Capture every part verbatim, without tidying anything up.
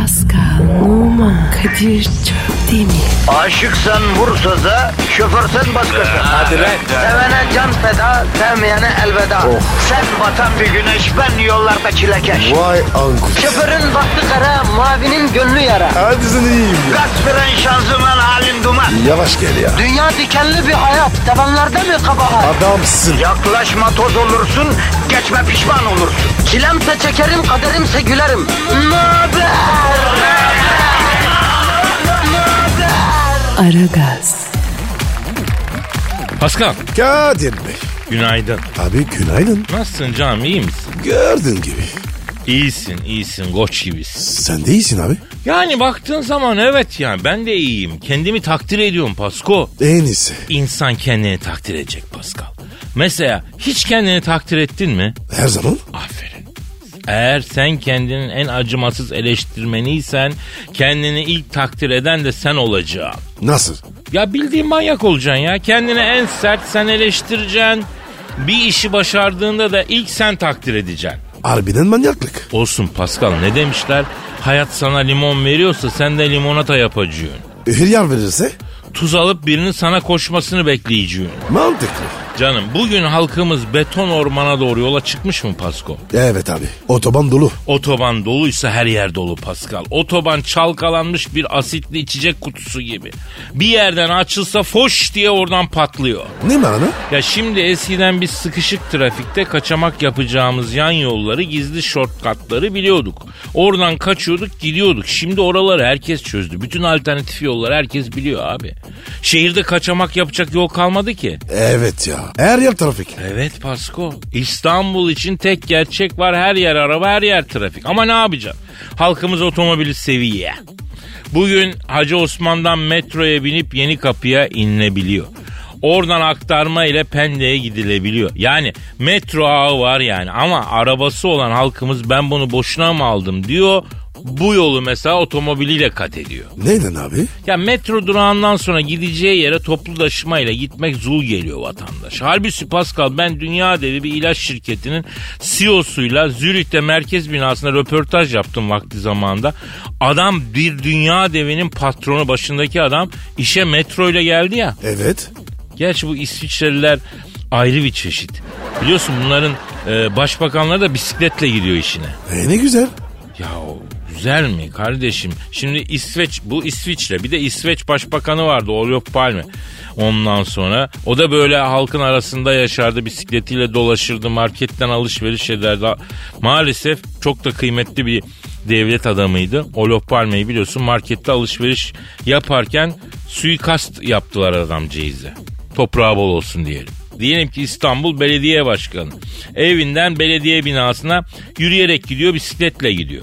Pascal, Oman, Kadir çok değil mi? Aşıksan vursa da, şoförsen başkasın. Hadi lan. Sevene can feda, sevmeyene elveda. Oh. Sen batan bir güneş, ben yollarda çilekeş. Vay anku. Şoförün baktı kara, mavinin gönlü yara. Hadi sen iyiyim ya. Kasperen şanzıman halin duman. Yavaş gel ya. Dünya dikenli bir hayat, sevenlerde mi kabahar? Adamsın. Yaklaşma toz olursun, geçme pişman olursun. Çilemse çekerim, kaderimse gülerim. Möber! Aragaz. Pascal, Kadir Bey. günaydın. Abi günaydın. Nasılsın canım, iyi misin? Gördüğün gibi. İyisin, iyisin, koç gibisin. Sen de iyisin abi. Yani baktığın zaman evet yani ben de iyiyim. Kendimi takdir ediyorum Pasko. En iyisi. İnsan kendini takdir edecek Pascal. Mesela hiç kendini takdir ettin mi? Her zaman. Aferin. Eğer sen kendinin en acımasız eleştirmeniysen kendini ilk takdir eden de sen olacaksın. Nasıl? Ya bildiğin manyak olacaksın ya. Kendini en sert sen eleştireceksin. Bir işi başardığında da ilk sen takdir edeceksin. Harbiden manyaklık. Olsun Pascal, ne demişler? Hayat sana limon veriyorsa sen de limonata yapacaksın. Hıryar verirse? Tuz alıp birinin sana koşmasını bekleyeceksin. Mantıklı. Canım bugün halkımız beton ormana doğru yola çıkmış mı Pasko? Evet abi. Otoban dolu. Otoban doluysa her yer dolu Pascal. Otoban çalkalanmış bir asitli içecek kutusu gibi. Bir yerden açılsa foş diye oradan patlıyor. Ne mana? Ya şimdi eskiden biz sıkışık trafikte kaçamak yapacağımız yan yolları, gizli shortcutları biliyorduk. Oradan kaçıyorduk, gidiyorduk. Şimdi oraları herkes çözdü. Bütün alternatif yolları herkes biliyor abi. Şehirde kaçamak yapacak yol kalmadı ki. Evet ya. Her yer trafik. Evet Pasko. İstanbul için tek gerçek var. Her yer araba, her yer trafik. Ama ne yapacaksın? Halkımız otomobili seviye. Bugün Hacı Osman'dan metroya binip Yenikapı'ya inilebiliyor. Oradan aktarma ile Pendik'e gidilebiliyor. Yani metro ağı var yani. Ama arabası olan halkımız ben bunu boşuna mı aldım diyor. Bu yolu mesela otomobiliyle kat ediyor. Neden abi? Ya metro durağından sonra gideceği yere toplu taşımayla gitmek zul geliyor vatandaş. Halbuki Pascal, ben dünya devi bir ilaç şirketinin C E O'suyla Zürih'te merkez binasında röportaj yaptım vakti zamanında. Adam bir dünya devinin patronu, başındaki adam işe metro ile geldi ya. Evet. Gerçi bu İsviçreliler ayrı bir çeşit. Biliyorsun bunların e, başbakanları da bisikletle gidiyor işine. E ne güzel. Ya güzel mi kardeşim? Şimdi İsveç, bu İsviçre, bir de İsveç başbakanı vardı, Olof Palme. Ondan sonra o da böyle halkın arasında yaşardı, bisikletiyle dolaşırdı, marketten alışveriş ederdi. Maalesef çok da kıymetli bir devlet adamıydı. Olof Palme'yi biliyorsun, markette alışveriş yaparken suikast yaptılar adamcağıza. Toprağı bol olsun diyelim. Diyelim ki İstanbul Belediye Başkanı evinden belediye binasına yürüyerek gidiyor, bisikletle gidiyor.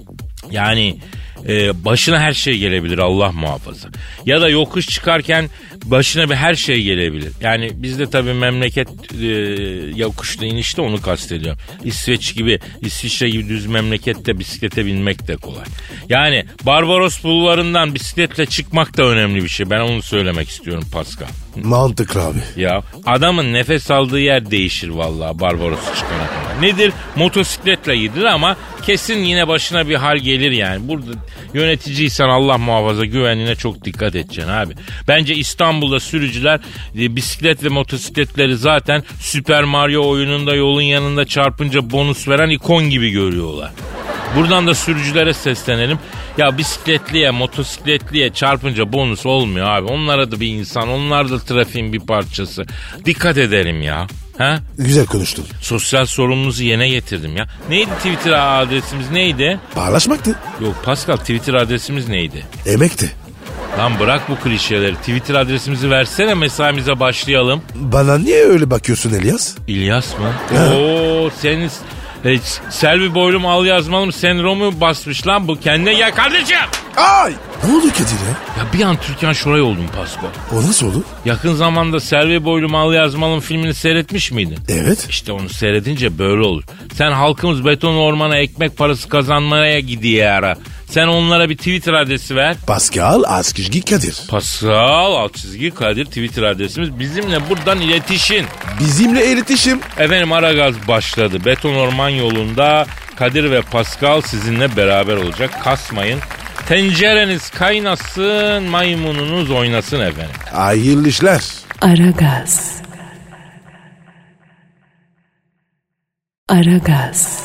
Yani e, başına her şey gelebilir, Allah muhafaza. Ya da yokuş çıkarken başına bir her şey gelebilir. Yani bizde tabii memleket e, yokuşta inişte onu kastediyorum. İsveç gibi, İsviçre gibi düz memlekette bisiklete binmek de kolay. Yani Barbaros bulvarından bisikletle çıkmak da önemli bir şey. Ben onu söylemek istiyorum Pascal. Mantıklı abi. Ya adamın nefes aldığı yer değişir vallahi Barbaros'u çıkana kadar. Nedir? Motosikletle gidilir ama kesin yine başına bir hal gelir yani. Burada yöneticiysen Allah muhafaza güvenliğine çok dikkat edeceksin abi. Bence İstanbul'da sürücüler e, bisiklet ve motosikletleri zaten Super Mario oyununda yolun yanında çarpınca bonus veren ikon gibi görüyorlar. Buradan da sürücülere seslenelim. Ya bisikletliye, motosikletliye çarpınca bonus olmuyor abi. Onlara da bir insan, onlar da trafiğin bir parçası. Dikkat edelim ya. Ha? Güzel konuştun. Sosyal sorumluluğumuzu yerine getirdim ya. Neydi Twitter adresimiz, neydi? Paylaşmaktı. Yok Pascal, Twitter adresimiz neydi? Emekti. Lan bırak bu klişeleri. Twitter adresimizi versene, mesaimize başlayalım. Bana niye öyle bakıyorsun İlyas? İlyas mı? Oo, senin e, Selvi boylum al yazmalım sendromu basmış lan bu. Kendine gel kardeşim. Ay! Ne oldu Kadir ya? Ya bir an Türkan Şoray oldum Pasko. O nasıl oldu? Yakın zamanda Selvi boylum al yazmalım filmini seyretmiş miydin? Evet. İşte onu seyredince böyle olur. Sen halkımız beton ormana ekmek parası kazanmaya gidiyor ara. Sen onlara bir Twitter adresi ver. Pascal Askizgi Kadir. Pascal alt çizgi Kadir Twitter adresimiz. Bizimle buradan iletişin. Bizimle iletişim. Efendim Aragaz başladı. Beton orman yolunda Kadir ve Pascal sizinle beraber olacak. Kasmayın. Tencereniz kaynasın, maymununuz oynasın efendim. Hayırlı işler. Aragaz. Aragaz.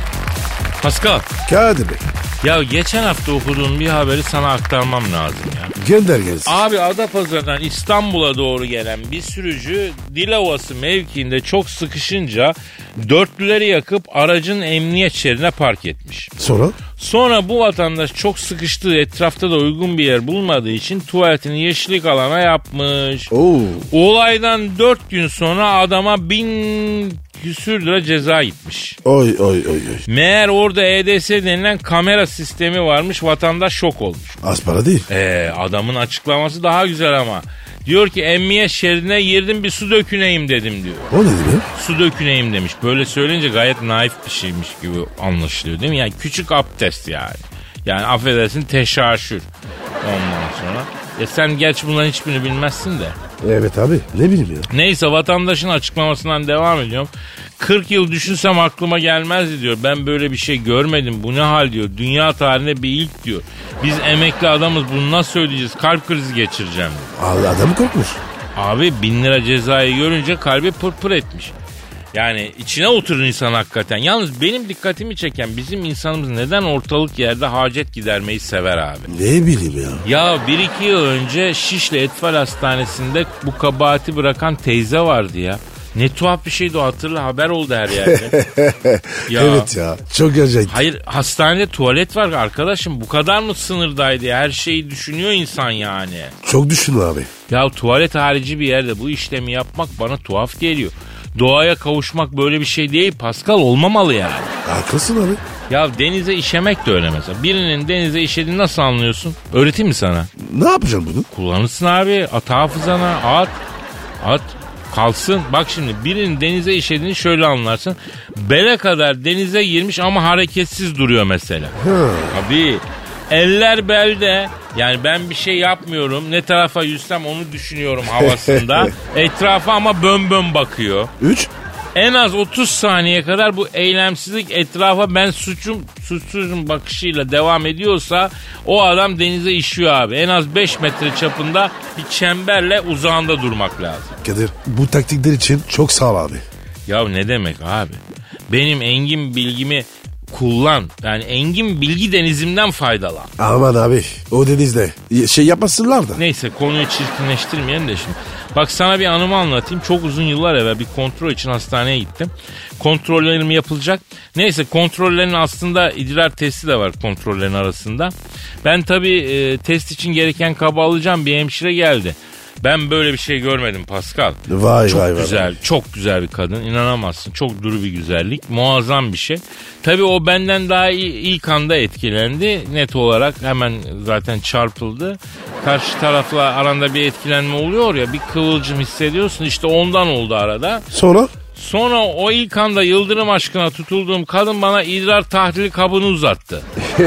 Pascal. Kadir Bey. Ya geçen hafta okuduğum bir haberi sana aktarmam lazım ya. Gönder gelsin. Abi Adapazarı'ndan İstanbul'a doğru gelen bir sürücü Dilovası mevkiinde çok sıkışınca dörtlüleri yakıp aracın emniyet şeridine park etmiş. Sonra? Sonra bu vatandaş çok sıkıştığı, etrafta da uygun bir yer bulmadığı için tuvaletini yeşillik alana yapmış. Oo. Olaydan dört gün sonra adama bin küsür lira ceza gitmiş. Oy oy oy oy. Meğer orada E D S denilen kamera sistemi varmış, vatandaş şok olmuş. Az para değil. Ee, adamın açıklaması daha güzel ama. Diyor ki emniyet şeridine girdim bir su döküneyim dedim diyor. O ne demek? Su döküneyim demiş. Böyle söyleyince gayet naif bir şeymiş gibi anlaşılıyor değil mi? Yani küçük abdest yani. Yani affedersin teşaşür. Ondan sonra. Ya sen gerçi bunların hiçbirini bilmezsin de. Evet abi ne bileyim ya. Neyse vatandaşın açıklamasından devam ediyorum. kırk yıl düşünsem aklıma gelmezdi diyor. Ben böyle bir şey görmedim. Bu ne hal diyor. Dünya tarihinde bir ilk diyor. Biz emekli adamız bunu nasıl ödeyeceğiz? Kalp krizi geçireceğim diyor. Allah adam korkmuş. Abi bin lira cezayı görünce kalbi pırpır etmiş. Yani içine oturur insan hakikaten. Yalnız benim dikkatimi çeken bizim insanımız neden ortalık yerde hacet gidermeyi sever abi? Ne bileyim ya. Ya bir iki yıl önce Şişli Etfal Hastanesi'nde bu kabahati bırakan teyze vardı ya. Ne tuhaf bir şeydi o, hatırla, haber oldu her yerde. Ya, evet ya çok acayip. hayır hastanede tuvalet var arkadaşım, bu kadar mı sınırdaydı ya, her şeyi düşünüyor insan yani. Çok düşün abi. Ya tuvalet harici bir yerde bu işlemi yapmak bana tuhaf geliyor. Doğaya kavuşmak böyle bir şey değil Pascal, olmamalı yani. Haklısın abi. Ya denize işemek de öyle mesela. Birinin denize işediğini nasıl anlıyorsun? Öğreteyim mi sana? Ne yapacaksın bunu? Kullanırsın abi, at hafızana, at, at. Kalsın. Bak şimdi birinin denize işediğini şöyle anlarsın. Bele kadar denize girmiş ama hareketsiz duruyor mesela. Ha. Abi eller belde, yani ben bir şey yapmıyorum, ne tarafa yüzsem onu düşünüyorum havasında. Etrafa ama bön bön bakıyor. Üç. En az otuz saniye kadar bu eylemsizlik, etrafa ben suçum suçsuzum bakışıyla devam ediyorsa o adam denize işiyor abi. En az beş metre çapında bir çemberle uzağında durmak lazım. Kadir bu taktikler için çok sağ ol abi. Ya ne demek abi? Benim engin bilgimi kullan. Yani engin bilgi denizimden faydalan. Aman abi o denizde şey yapmasınlar da. Neyse konuyu çirkinleştirmeyelim de şimdi. Bak sana bir anımı anlatayım. Çok uzun yıllar evvel bir kontrol için hastaneye gittim. Kontrollerim yapılacak. Neyse kontrollerin aslında idrar testi de var kontrollerin arasında. Ben tabii e, test için gereken kabı alacağım, bir hemşire geldi. Ben böyle bir şey görmedim Pascal. Vay çok vay vay. güzel, çok güzel bir kadın. İnanamazsın. Çok duru bir güzellik. Muazzam bir şey. Tabii o benden daha iyi, ilk anda etkilendi. Net olarak hemen zaten çarpıldı. Karşı tarafla aranda bir etkilenme oluyor ya, bir kıvılcım hissediyorsun. İşte ondan oldu arada. Sonra? Sonra o ilk anda yıldırım aşkına tutulduğum kadın bana idrar tahlili kabını uzattı.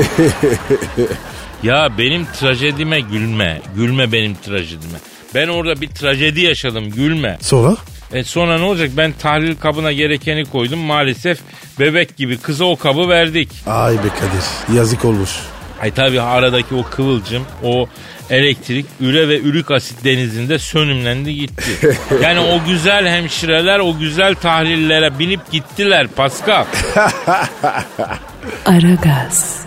Ya benim trajedime gülme. Gülme benim trajedime. Ben orada bir trajedi yaşadım, gülme. Sonra? E sonra ne olacak? Ben tahlil kabına gerekeni koydum. Maalesef bebek gibi kıza o kabı verdik. Ay be Kadir yazık olmuş. Ay tabii aradaki o kıvılcım, o elektrik üre ve ürik asit denizinde sönümlendi gitti. Yani o güzel hemşireler o güzel tahlillere binip gittiler Pascal. Aragaz.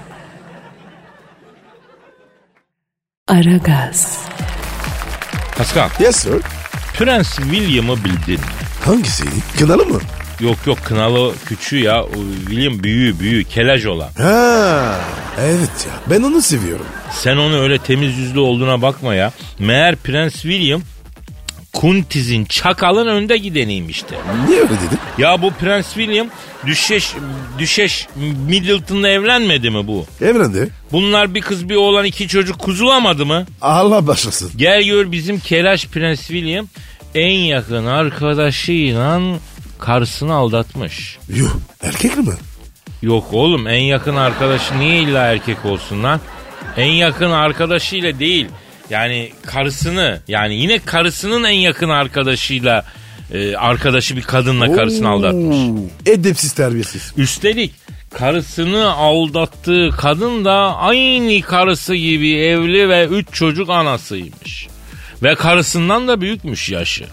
Aragaz. Pascal, Yes sir. Prens William'ı bildin. Hangisiydi? Kınalı mı? Yok yok, kınalı küçüğü ya. O William büyüğü büyüğü kelaj olan. Ha, evet ya ben onu seviyorum. Sen onu öyle temiz yüzlü olduğuna bakma ya. Meğer Prens William Kuntiz'in çakalın önde gideniymişti. Niye öyle dedin? Ya bu Prens William Düşeş, Düşeş Middleton'la evlenmedi mi bu? Evlendi. Bunlar bir kız bir oğlan iki çocuk kuzulamadı mı? Allah başlasın. Gel gör bizim Kelaş Prens William en yakın arkadaşıyla karısını aldatmış. Yuh erkek mi? Yok oğlum, en yakın arkadaşı niye illa erkek olsun lan? En yakın arkadaşıyla değil. Yani karısını, yani yine karısının en yakın arkadaşıyla e, arkadaşı bir kadınla karısını aldatmış. Edepsiz terbiyesiz. Üstelik karısını aldattığı kadın da aynı karısı gibi evli ve üç çocuk anasıymış. Ve karısından da büyükmüş yaşı.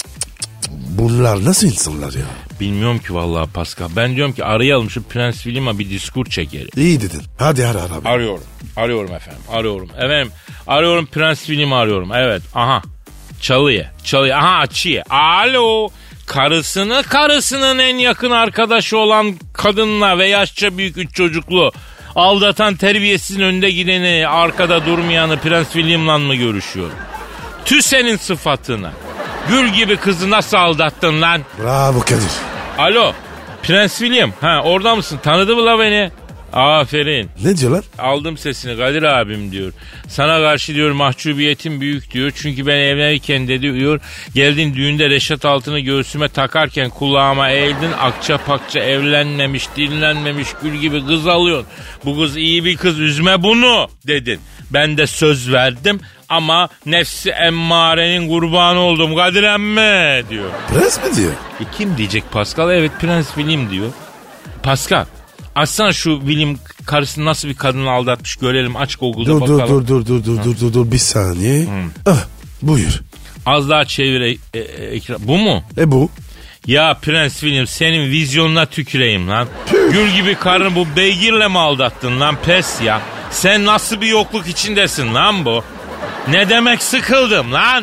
Bunlar nasıl insanlar ya? Bilmiyorum ki vallahi Pascal. Ben diyorum ki arayalım şu Prens William'a bir diskur çekelim. İyi dedin. Hadi ara ara. Arıyorum. Arıyorum efendim. Arıyorum. Efendim arıyorum Prens William'ı arıyorum. Evet. Aha. Çalıyor. Çalıyor. Aha açıyor. Alo. Karısını karısının en yakın arkadaşı olan kadınla ve yaşça büyük üç çocuklu aldatan terbiyesizin önde gideni arkada durmayanı Prens William'la mı görüşüyor? Tüh senin sıfatına. Gül gibi kızı nasıl aldattın lan? Bravo Kadir. Alo Prens William. Ha orada mısın? Tanıdı mı la beni? Aferin. Ne diyorlar? Aldım sesini Kadir abim diyor. Sana karşı diyor mahcubiyetim büyük diyor. Çünkü ben evlenirken de diyor geldin düğünde Reşat Altın'ı göğsüme takarken kulağıma eğildin. Akça pakça evlenmemiş dinlenmemiş gül gibi kız alıyorsun. Bu kız iyi bir kız üzme bunu dedin. Ben de söz verdim ama nefsi emmarenin kurbanı oldum Kadir emme diyor. Prens mi diyor? E kim diyecek Pascal? Evet Prens William diyor. Pascal açsana şu William karısını nasıl bir kadınla aldatmış görelim. Aç Google'da dur, bakalım. Dur dur dur dur dur dur dur bir saniye. Hmm. Ah, buyur. Az daha çevir e, e, ekran. Bu mu? E bu? Ya Prens William senin vizyonuna tüküreyim lan. Gül gibi karını bu beygirle mi aldattın lan pes ya. Sen nasıl bir yokluk içindesin lan bu? Ne demek sıkıldım lan?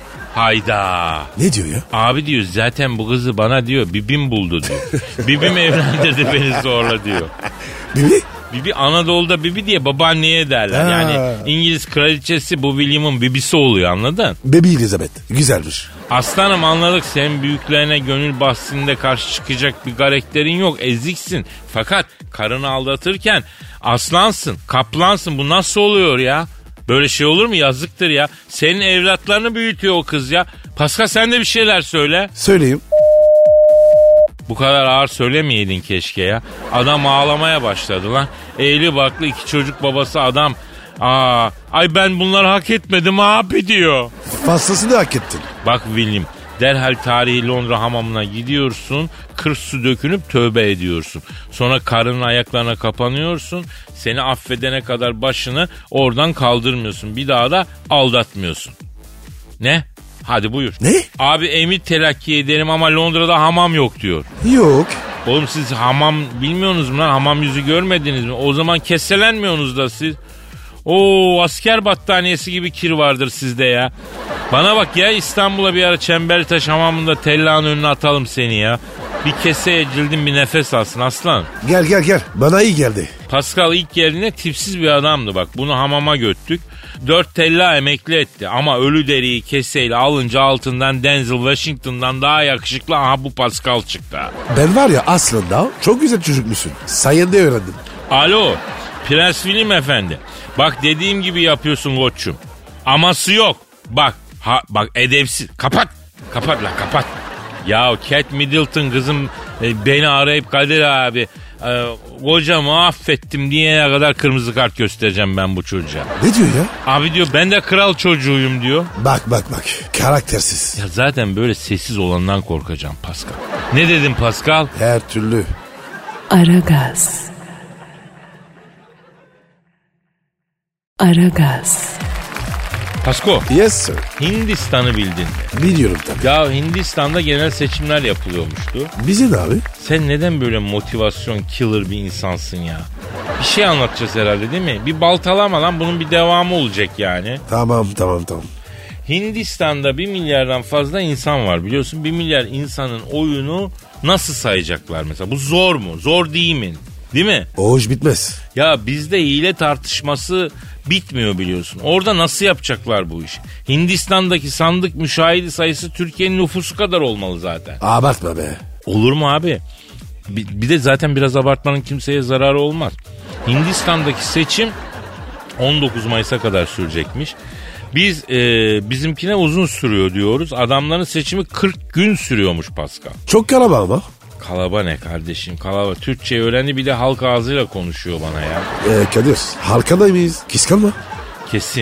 Hayda. Ne diyor ya? Abi diyor zaten bu kızı bana diyor Bibim buldu diyor. Bibim evlendirdi beni zorla diyor. Bibi? Bibi Anadolu'da Bibi diye babaanneye derler. Ha. Yani İngiliz kraliçesi bu William'ın bibisi oluyor anladın? Baby Elizabeth. Güzelmiş. Aslanım anladık senin büyüklerine gönül bahsinde karşı çıkacak bir karakterin yok. Eziksin. Fakat karını aldatırken aslansın, kaplansın. Bu nasıl oluyor ya? Böyle şey olur mu? Yazıktır ya. Senin evlatlarını büyütüyor o kız ya. Pascal sen de bir şeyler söyle. Söyleyeyim. Bu kadar ağır söylemeyeydin keşke ya. Adam ağlamaya başladı lan. Eğli baklı iki çocuk babası adam. Aa, ay ben bunları hak etmedim abi diyor. Fazlasını hak ettin. Bak William derhal tarihi Londra hamamına gidiyorsun. Kırk su dökünüp tövbe ediyorsun. Sonra karının ayaklarına kapanıyorsun. Seni affedene kadar başını oradan kaldırmıyorsun. Bir daha da aldatmıyorsun. Ne? Hadi buyur. Ne? Abi emir telakki ederim ama Londra'da hamam yok diyor. Yok. Oğlum siz hamam bilmiyorsunuz mu lan? Hamam yüzü görmediniz mi? O zaman keselenmiyorsunuz da siz. Oo asker battaniyesi gibi kir vardır sizde ya. Bana bak ya İstanbul'a bir ara Çemberlitaş hamamında tellağın önüne atalım seni ya. Bir keseye cildin bir nefes alsın aslan. Gel gel gel. Bana iyi geldi. Pascal ilk geldiğinde tipsiz bir adamdı bak. Bunu hamama göttük. Dört tella emekli etti. Ama ölü deriyi keseyle alınca altından Denzel Washington'dan daha yakışıklı. Aha bu Pascal çıktı. Ben var ya aslında çok güzel çocukmuşsun. Sayende öğrendim. Alo Prens William efendi. Bak dediğim gibi yapıyorsun koçum. Aması yok. Bak ha, bak edepsiz. Kapat. Kapat lan kapat. Ya Kate Middleton kızım e, beni arayıp Kadir abi e, kocamı affettim diyene kadar kırmızı kart göstereceğim ben bu çocuğa. Ne diyor ya? Abi diyor ben de kral çocuğuyum diyor. Bak bak bak karaktersiz. Ya zaten böyle sessiz olandan korkacağım Pascal. Ne dedin Pascal? Her türlü. Aragaz. Aragaz. Pasko, Yes sir. Hindistan'ı bildin. Biliyorum tabii. Ya Hindistan'da genel seçimler yapılıyormuştu. Bizi ne abi? Sen neden böyle motivasyon killer bir insansın ya? Bir şey anlatacağız herhalde değil mi? Bir baltalama lan bunun bir devamı olacak yani. Tamam tamam tamam. Hindistan'da bir milyardan fazla insan var biliyorsun. Bir milyar insanın oyunu nasıl sayacaklar mesela? Bu zor mu? Zor değil mi? Değil mi? O iş bitmez. Ya bizde hile tartışması bitmiyor biliyorsun. Orada nasıl yapacaklar bu işi? Hindistan'daki sandık müşahidi sayısı Türkiye'nin nüfusu kadar olmalı zaten. Abartma be. Olur mu abi? Bir, bir de zaten biraz abartmanın kimseye zararı olmaz. Hindistan'daki seçim on dokuz Mayıs'a kadar sürecekmiş. Biz e, bizimkine uzun sürüyor diyoruz. Adamların seçimi kırk gün sürüyormuş Pascal. Çok kalabalık ama. Kalaba ne kardeşim kalaba. Türkçe öğrendi bir de halk ağzıyla konuşuyor bana ya. Ee, Kadir halkada mıyız? Kıskanma. Kesin.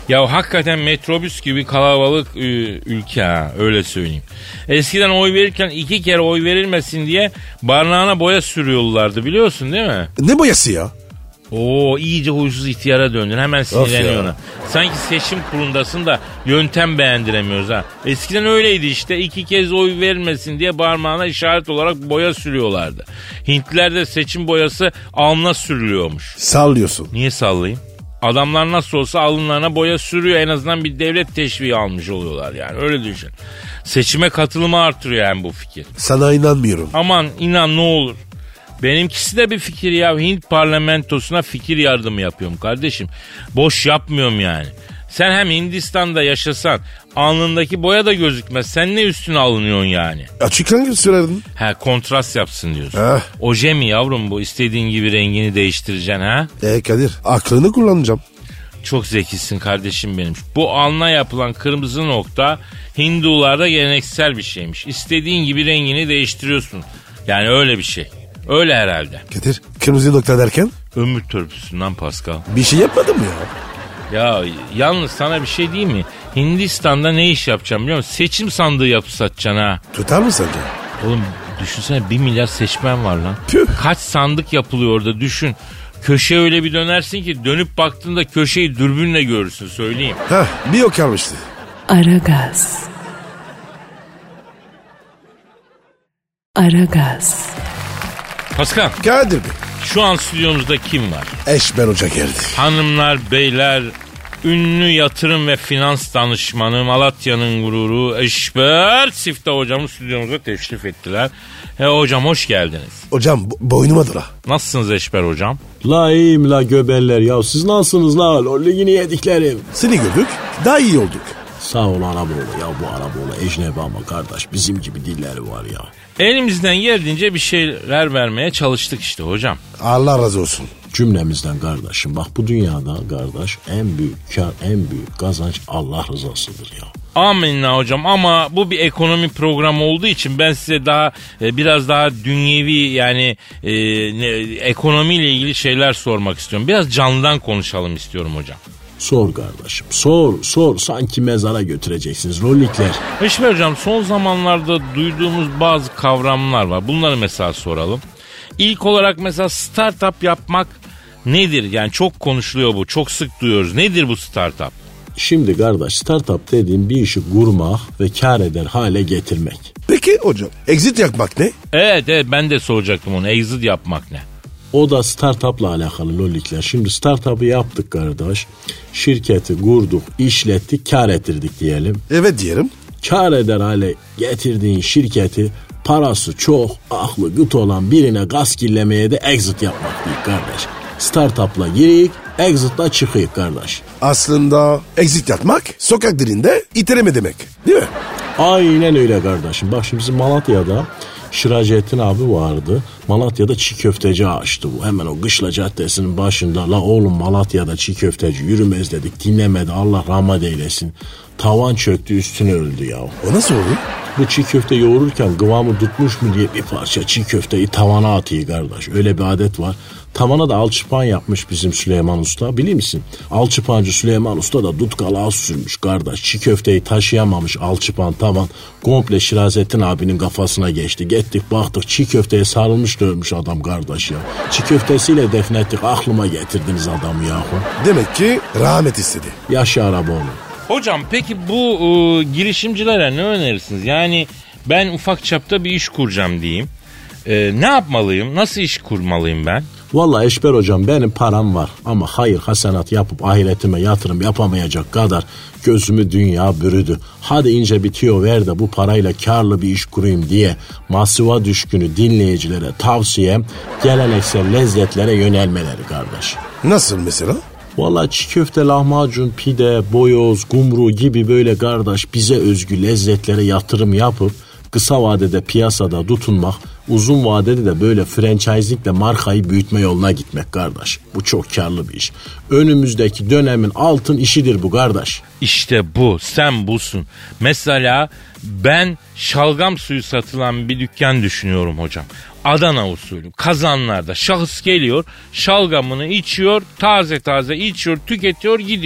Ya hakikaten metrobüs gibi kalabalık e, ülke ha, öyle söyleyeyim. Eskiden oy verirken iki kere oy verilmesin diye barnağına boya sürüyorlardı, biliyorsun değil mi? Ne boyası ya? Oo, iyice huysuz ihtiyara döndün, hemen sinirleniyorsun. Sanki seçim kurulundasın da yöntem beğendiremiyoruz ha. Eskiden öyleydi işte, iki kez oy verilmesin diye parmağına işaret olarak boya sürüyorlardı. Hintlilerde seçim boyası alnına sürülüyormuş. Sallıyorsun. Niye sallayayım? Adamlar nasıl olsa alınlarına boya sürüyor, en azından bir devlet teşviği almış oluyorlar yani, öyle düşün. Seçime katılımı artırıyor yani bu fikir. Sana inanmıyorum. Aman inan ne olur. Benimkisi de bir fikir ya. Hint parlamentosuna fikir yardımı yapıyorum kardeşim. Boş yapmıyorum yani. Sen hem Hindistan'da yaşasan alnındaki boya da gözükmez. Sen ne üstüne alınıyorsun yani? Açık rengi sürerdin. Ha, kontrast yapsın diyorsun. Heh. Oje mi yavrum bu? İstediğin gibi rengini değiştireceksin ha? E Kadir, aklını kullanacağım. Çok zekisin kardeşim benim. Bu alnına yapılan kırmızı nokta Hindularda geleneksel bir şeymiş. İstediğin gibi rengini değiştiriyorsun. Yani öyle bir şey. Öyle herhalde. Kadir, kırmızı nokta derken? Ömür törpüsünden Pascal. Bir şey yapmadın mı ya? Ya yalnız sana bir şey diyeyim mi? Hindistan'da ne iş yapacağım biliyor musun? Seçim sandığı yapıp satacaksın ha. Tutar mı sence? Oğlum düşünsene, bir milyar seçmen var lan. Tüh. Kaç sandık yapılıyor orada düşün. Köşeye öyle bir dönersin ki dönüp baktığında köşeyi dürbünle görürsün, söyleyeyim. Heh, bir o kalmıştı. Aragaz. Aragaz. Pascal, Kadir Bey, şu an stüdyomuzda kim var? Eşber Hoca geldi. Hanımlar, beyler, ünlü yatırım ve finans danışmanı, Malatya'nın gururu Eşber Siftah hocamız stüdyomuza teşrif ettiler. He hocam, hoş geldiniz. Hocam bo- boynuma dur ha. Nasılsınız Eşber hocam? La iyiyim la göbeller ya, siz nasılsınız la, o ligini yediklerim. Seni gördük, daha iyi olduk. Sağ ol Araboğlu ya, bu Araboğlu ecnebi ama kardeş, bizim gibi dilleri var ya. Elimizden geldiğince bir şeyler vermeye çalıştık işte hocam. Allah razı olsun. Cümlemizden kardeşim, bak bu dünyada kardeş en büyük kar, en büyük kazanç Allah rızasıdır ya. Amenna hocam, ama bu bir ekonomi programı olduğu için ben size daha e, biraz daha dünyevi yani e, ne, ekonomiyle ilgili şeyler sormak istiyorum. Biraz canlıdan konuşalım istiyorum hocam. Sor kardeşim, sor sor, sanki mezara götüreceksiniz rollikler. Eşber hocam, son zamanlarda duyduğumuz bazı kavramlar var. Bunları mesela soralım. İlk olarak mesela startup yapmak nedir? Yani çok konuşuluyor bu, çok sık duyuyoruz. Nedir bu startup? Şimdi kardeş, startup dediğim bir işi kurmak ve kar eder hale getirmek. Peki hocam, exit yapmak ne? Evet evet, ben de soracaktım onu. Exit yapmak ne? O da startupla alakalı lollikler. Şimdi startup'ı yaptık kardeş. Şirketi kurduk, işlettik, kar ettirdik diyelim. Evet diyelim. Kar eder hale getirdiğin şirketi parası çok, aklı gıt olan birine gaskillemeye de exit yapmak değil kardeş. Startup'la girik, exit'la çıkıyık kardeş. Aslında exit yapmak sokak dilinde iteleme demek, değil mi? Aynen öyle kardeşim. Bak şimdi bizim Malatya'da Şiracettin abi vardı. Malatya'da çiğ köfteci açtı bu. Hemen o Kışla Caddesi'nin başında. La oğlum, Malatya'da çiğ köfteci yürümez dedik. Dinlemedi, Allah rahmet eylesin. Tavan çöktü, üstüne öldü ya. O nasıl oldu? Bu çiğ köfte yoğururken kıvamı tutmuş mu diye bir parça çiğ köfteyi tavana atıyor kardeş. Öyle bir adet var. Tavana da alçıpan yapmış bizim Süleyman Usta, biliyor musun? Alçıpancı Süleyman Usta da dut az sürmüş kardeş. Çiğ köfteyi taşıyamamış alçıpan tavan. Komple Şirazettin abinin kafasına geçti. Gittik baktık, çiğ köfteye sarılmış dövmüş adam kardeş ya. Çiğ köftesiyle defnettik, aklıma getirdiniz adamı yahu. Demek ki rahmet istedi. Yaşa Araboğlu. Hocam peki bu e, girişimcilere ne önerirsiniz? Yani ben ufak çapta bir iş kuracağım diyeyim. E, ne yapmalıyım? Nasıl iş kurmalıyım ben? Vallahi Eşber hocam, benim param var ama hayır hasenat yapıp ahiretime yatırım yapamayacak kadar gözümü dünya bürüdü. Hadi ince bir tüyo ver de bu parayla karlı bir iş kurayım diye masiva düşkünü dinleyicilere tavsiyem geleneksel lezzetlere yönelmeleri kardeş. Nasıl mesela? Vallahi çiğ köfte, lahmacun, pide, boyoz, kumru gibi böyle kardeş bize özgü lezzetlere yatırım yapıp kısa vadede piyasada tutunmak, uzun vadede de böyle franchisingle markayı büyütme yoluna gitmek kardeş. Bu çok karlı bir iş. Önümüzdeki dönemin altın işidir bu kardeş. İşte bu, sen busun. Mesela ben şalgam suyu satılan bir dükkan düşünüyorum hocam. Adana usulü kazanlarda şahıs geliyor, şalgamını içiyor, taze taze içiyor, tüketiyor, gidiyor.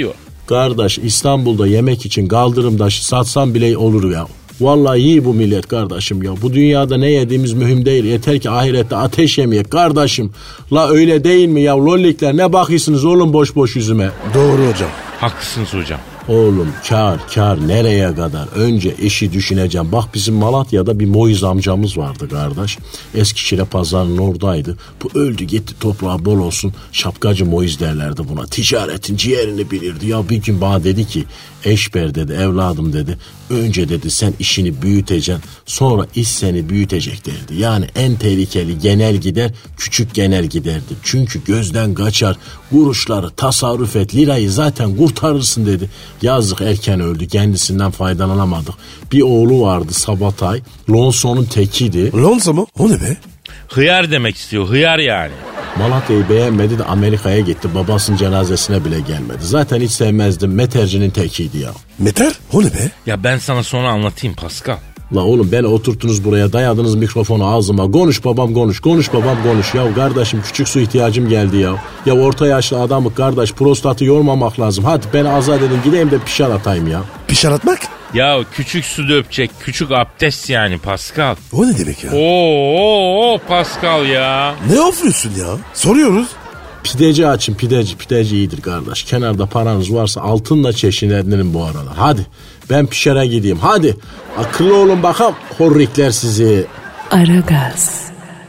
Kardeş İstanbul'da yemek için kaldırım taşı satsam bile olur ya. Vallahi iyi bu millet kardeşim ya. Bu dünyada ne yediğimiz mühim değil. Yeter ki ahirette ateş yemeyek kardeşim. La öyle değil mi ya? Lollikler ne bakıyorsunuz oğlum boş boş yüzüme? Doğru hocam. Haklısınız hocam. Oğlum kar kar nereye kadar? Önce eşi düşüneceğim. Bak bizim Malatya'da bir Moiz amcamız vardı kardeş. Eskişehir pazarının oradaydı. Bu öldü gitti, toprağı bol olsun. Şapkacı Moiz derlerdi buna. Ticaretin ciğerini bilirdi. Ya bir gün bana dedi ki Eşber dedi, evladım dedi. Önce dedi sen işini büyüteceksin. Sonra iş seni büyütecek derdi. Yani en tehlikeli genel gider küçük genel giderdi. Çünkü gözden kaçar. Kuruşları tasarruf et, lirayı zaten kurtarırsın dedi. Yazık erken öldü, kendisinden faydalanamadık. Bir oğlu vardı Sabatay. Lonson'un tekiydi. Lonsa mı? O ne be? Hıyar demek istiyor, hıyar yani. Malatya'yı beğenmedi de Amerika'ya gitti. Babasının cenazesine bile gelmedi. Zaten hiç sevmezdim. Metercinin tekiydi ya. Meter? O ne be? Ya ben sana sonra anlatayım Pascal. La oğlum beni oturttunuz buraya, dayadınız mikrofonu ağzıma. Konuş babam konuş, konuş babam konuş. Ya kardeşim küçük su ihtiyacım geldi ya. Ya orta yaşlı adamı kardeş, prostatı yormamak lazım. Hadi beni azat edin, gideyim de pişar atayım ya. Pişar atmak? Ya küçük su döpecek, küçük abdest yani Pascal. O ne demek ya? Oo, oo Pascal ya. Ne ofluyorsun ya? Soruyoruz. Pideci açın, pideci. Pideci iyidir kardeş. Kenarda paranız varsa altınla çeşinlendirin bu aralar. Hadi ben pişere gideyim. Hadi akıllı olun bakalım horrikler sizi. Aragaz.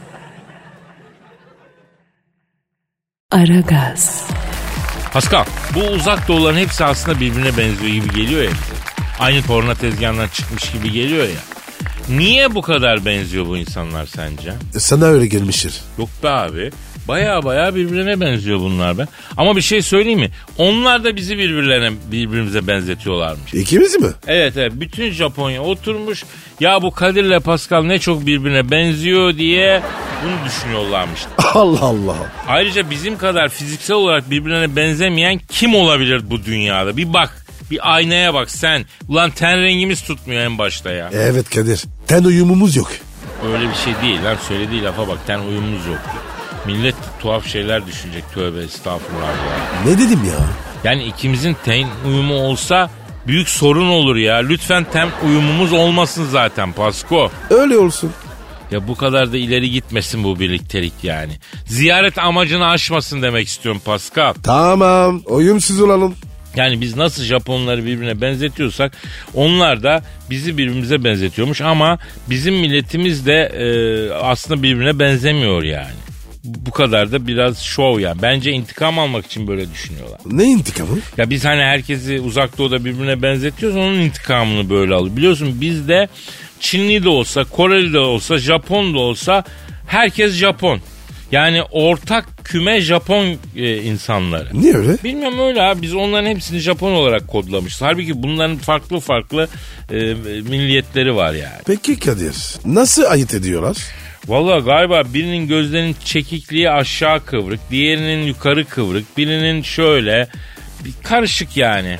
Aragaz. Pascal, bu uzak doğuların hepsi aslında birbirine benziyor gibi geliyor ya. Aynı torna tezgahından çıkmış gibi geliyor ya. Niye bu kadar benziyor bu insanlar sence? Sana öyle gelmiştir. Yok be abi. Baya baya birbirine benziyor bunlar be. Ama bir şey söyleyeyim mi? Onlar da bizi birbirlerine birbirimize benzetiyorlarmış. İkimiz mi? Evet evet. Bütün Japonya oturmuş. Ya bu Kadir'le Pascal ne çok birbirine benziyor diye bunu düşünüyorlarmış. Allah Allah. Ayrıca bizim kadar fiziksel olarak birbirine benzemeyen kim olabilir bu dünyada? Bir bak. Bir aynaya bak sen. Ulan ten rengimiz tutmuyor en başta ya. Evet Kadir. Ten uyumumuz yok. Öyle bir şey değil lan. Söylediği lafa bak. Ten uyumumuz yok diyor. Millet tuhaf şeyler düşünecek. Tövbe estağfurullah ya. Ne dedim ya? Yani ikimizin ten uyumu olsa büyük sorun olur ya. Lütfen ten uyumumuz olmasın zaten Pasko. Öyle olsun. Ya bu kadar da ileri gitmesin bu birliktelik yani. Ziyaret amacını aşmasın demek istiyorum Pascal. Tamam. Uyumsuz olalım. Yani biz nasıl Japonları birbirine benzetiyorsak onlar da bizi birbirimize benzetiyormuş ama bizim milletimiz de e, aslında birbirine benzemiyor yani. Bu kadar da biraz şov yani. Bence intikam almak için böyle düşünüyorlar. Ne intikamı? Ya biz hani herkesi uzak doğuda birbirine benzetiyoruz, onun intikamını böyle alıyor. Biliyorsun bizde Çinli de olsa, Koreli de olsa, Japon da olsa herkes Japon. Yani ortak küme Japon e, insanları. Niye öyle? Bilmiyorum öyle abi. Biz onların hepsini Japon olarak kodlamışız. Halbuki bunların farklı farklı e, milliyetleri var yani. Peki Kadir, nasıl ayırt ediyorlar? Vallahi galiba birinin gözlerinin çekikliği aşağı kıvrık, diğerinin yukarı kıvrık, birinin şöyle bir karışık yani.